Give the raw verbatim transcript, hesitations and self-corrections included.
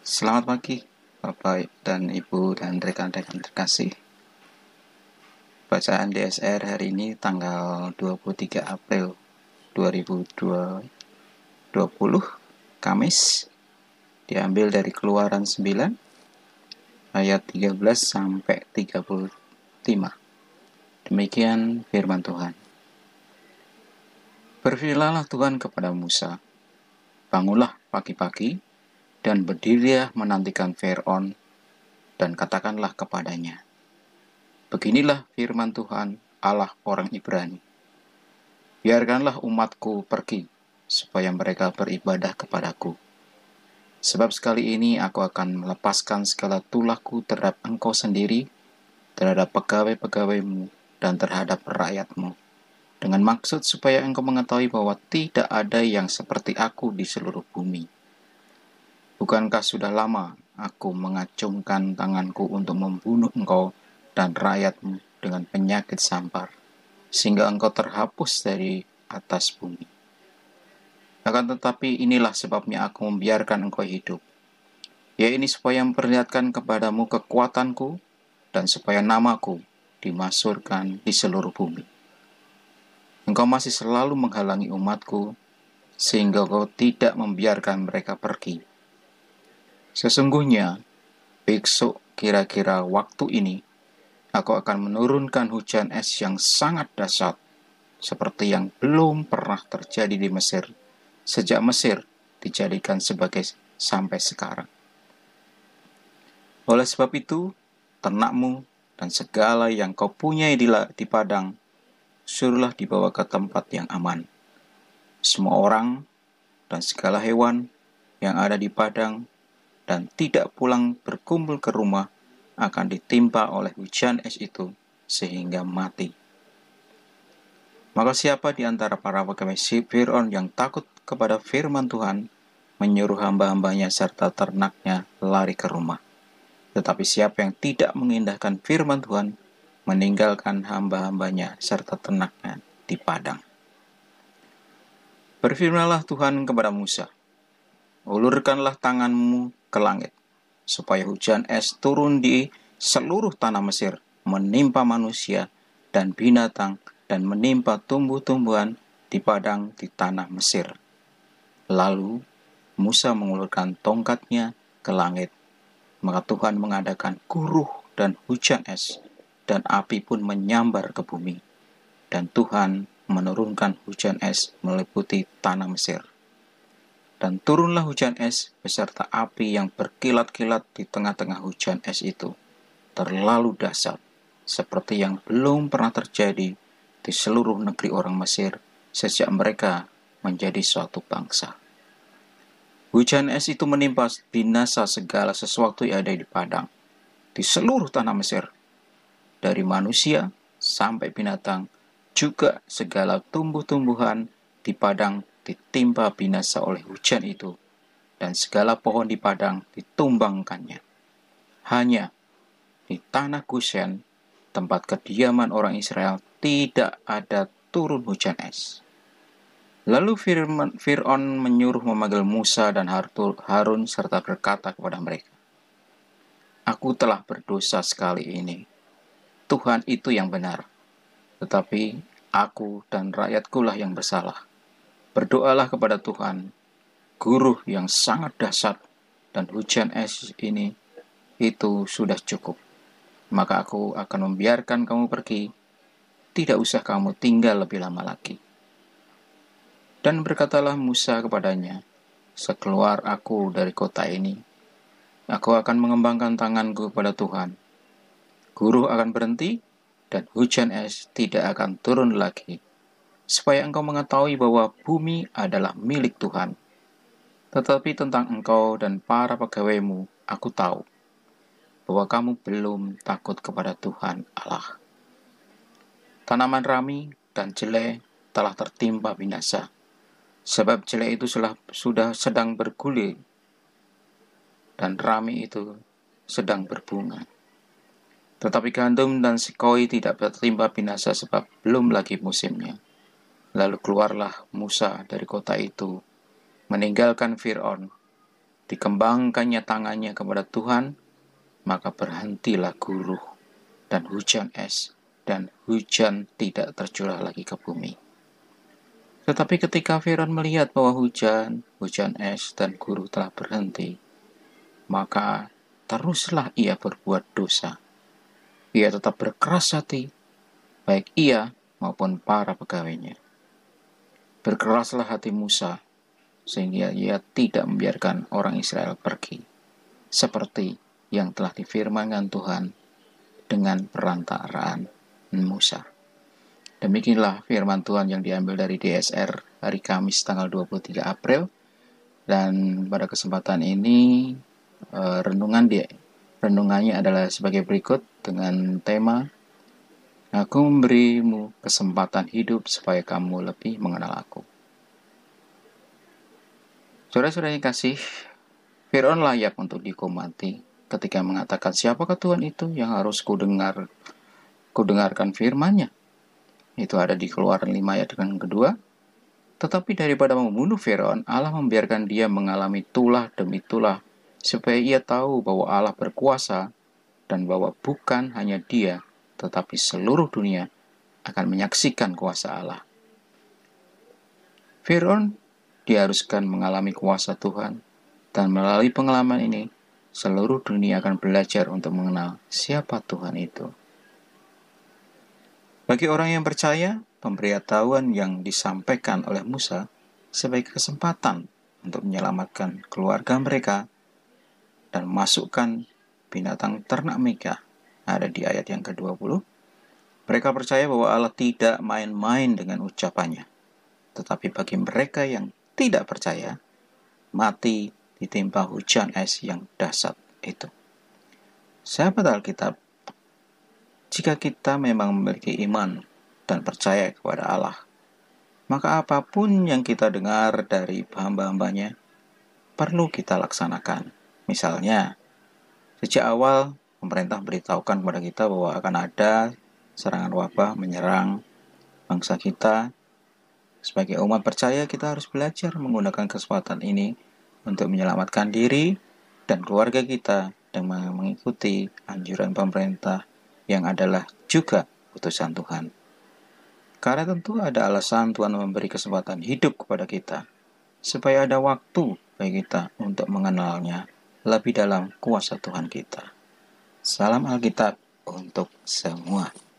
Selamat pagi, Bapak dan Ibu dan rekan-rekan terkasih. Bacaan D S R hari ini tanggal dua puluh tiga April dua ribu dua puluh, Kamis, diambil dari Keluaran sembilan ayat tiga belas sampai tiga puluh lima. Demikian firman Tuhan. Berfirmanlah Tuhan kepada Musa, "Bangunlah pagi-pagi dan berdirilah menantikan Firaun, dan katakanlah kepadanya, beginilah firman Tuhan Allah orang Ibrani. Biarkanlah umatku pergi, supaya mereka beribadah kepadaku. Sebab sekali ini aku akan melepaskan segala tulahku terhadap engkau sendiri, terhadap pegawai-pegawaimu, dan terhadap rakyatmu, dengan maksud supaya engkau mengetahui bahwa tidak ada yang seperti aku di seluruh bumi. Bukankah sudah lama aku mengacungkan tanganku untuk membunuh engkau dan rakyatmu dengan penyakit sampar, sehingga engkau terhapus dari atas bumi. Akan tetapi inilah sebabnya aku membiarkan engkau hidup, yaitu supaya memperlihatkan kepadamu kekuatanku, dan supaya namaku dimasyhurkan di seluruh bumi. Engkau masih selalu menghalangi umatku, sehingga engkau tidak membiarkan mereka pergi. Sesungguhnya, besok kira-kira waktu ini, aku akan menurunkan hujan es yang sangat dahsyat, seperti yang belum pernah terjadi di Mesir, sejak Mesir dijadikan sebagai sampai sekarang. Oleh sebab itu, ternakmu dan segala yang kau punyai di, di padang, suruhlah dibawa ke tempat yang aman. Semua orang dan segala hewan yang ada di padang dan tidak pulang berkumpul ke rumah akan ditimpa oleh hujan es itu sehingga mati. Maka siapa di antara para pegawai Firaun yang takut kepada firman Tuhan, menyuruh hamba-hambanya serta ternaknya lari ke rumah. Tetapi siapa yang tidak mengindahkan firman Tuhan, meninggalkan hamba-hambanya serta ternaknya di padang. Berfirmanlah Tuhan kepada Musa, ulurkanlah tanganmu ke langit, supaya hujan es turun di seluruh tanah Mesir, menimpa manusia dan binatang, dan menimpa tumbuh-tumbuhan di padang di tanah Mesir. Lalu Musa mengulurkan tongkatnya ke langit, maka Tuhan mengadakan guruh dan hujan es, dan api pun menyambar ke bumi, dan Tuhan menurunkan hujan es meliputi tanah Mesir. Dan turunlah hujan es beserta api yang berkilat-kilat di tengah-tengah hujan es itu, terlalu dahsyat, seperti yang belum pernah terjadi di seluruh negeri orang Mesir sejak mereka menjadi suatu bangsa. Hujan es itu menimpa binasa segala sesuatu yang ada di padang, di seluruh tanah Mesir, dari manusia sampai binatang, juga segala tumbuh-tumbuhan di padang ditimpa binasa oleh hujan itu, dan segala pohon di padang ditumbangkannya. Hanya di tanah Goshen, tempat kediaman orang Israel, tidak ada turun hujan es. Lalu Firaun menyuruh memanggil Musa dan Harun serta berkata kepada mereka, "Aku telah berdosa sekali ini. Tuhan itu yang benar, tetapi aku dan rakyatku lah yang bersalah. Berdoalah kepada Tuhan, guruh yang sangat dahsyat, dan hujan es ini itu sudah cukup. Maka aku akan membiarkan kamu pergi, tidak usah kamu tinggal lebih lama lagi." Dan berkatalah Musa kepadanya, "Sekeluar aku dari kota ini, aku akan mengembangkan tanganku kepada Tuhan. Guruh akan berhenti, dan hujan es tidak akan turun lagi, supaya engkau mengetahui bahwa bumi adalah milik Tuhan. Tetapi tentang engkau dan para pegawaimu, aku tahu bahwa kamu belum takut kepada Tuhan Allah. Tanaman rami dan jelai telah tertimpa binasa, sebab jelai itu sudah sedang bergulir, dan rami itu sedang berbunga. Tetapi gandum dan sekoi tidak tertimpa binasa sebab belum lagi musimnya. Lalu keluarlah Musa dari kota itu, meninggalkan Firaun, dikembangkannya tangannya kepada Tuhan, maka berhentilah guruh dan hujan es, dan hujan tidak tercurah lagi ke bumi. Tetapi ketika Firaun melihat bahwa hujan, hujan es, dan guruh telah berhenti, maka teruslah ia berbuat dosa. Ia tetap berkeras hati, baik ia maupun para pegawainya. Berkeraslah hati Musa, sehingga ia tidak membiarkan orang Israel pergi, seperti yang telah difirmankan Tuhan dengan perantaraan Musa. Demikianlah firman Tuhan yang diambil dari D S R hari Kamis tanggal dua puluh tiga April. Dan pada kesempatan ini renungan dia, renungannya adalah sebagai berikut dengan tema Aku memberimu kesempatan hidup supaya kamu lebih mengenal aku. Saudara-saudara yang kasih, Firaun layak untuk dihukum mati ketika mengatakan, siapakah Tuhan itu yang harus kudengar, kudengarkan firman-Nya? Itu ada di Keluaran lima ayat yang kedua. Tetapi daripada membunuh Firaun, Allah membiarkan dia mengalami tulah demi tulah, supaya ia tahu bahwa Allah berkuasa dan bahwa bukan hanya dia, tetapi seluruh dunia akan menyaksikan kuasa Allah. Firaun diharuskan mengalami kuasa Tuhan, dan melalui pengalaman ini, seluruh dunia akan belajar untuk mengenal siapa Tuhan itu. Bagi orang yang percaya, pemberitahuan yang disampaikan oleh Musa sebagai kesempatan untuk menyelamatkan keluarga mereka dan masukkan binatang ternak mereka ada di ayat yang ke dua puluh. Mereka percaya bahwa Allah tidak main-main dengan ucapannya. Tetapi bagi mereka yang tidak percaya, mati ditimpa hujan es yang dahsyat itu. Sahabat Alkitab, jika kita memang memiliki iman dan percaya kepada Allah, maka apapun yang kita dengar dari hamba-hambanya perlu kita laksanakan. Misalnya, sejak awal pemerintah beritahukan kepada kita bahwa akan ada serangan wabah menyerang bangsa kita. Sebagai umat percaya, kita harus belajar menggunakan kesempatan ini untuk menyelamatkan diri dan keluarga kita dan mengikuti anjuran pemerintah yang adalah juga utusan Tuhan. Karena tentu ada alasan Tuhan memberi kesempatan hidup kepada kita, supaya ada waktu bagi kita untuk mengenalnya lebih dalam kuasa Tuhan kita. Salam Alkitab untuk semua.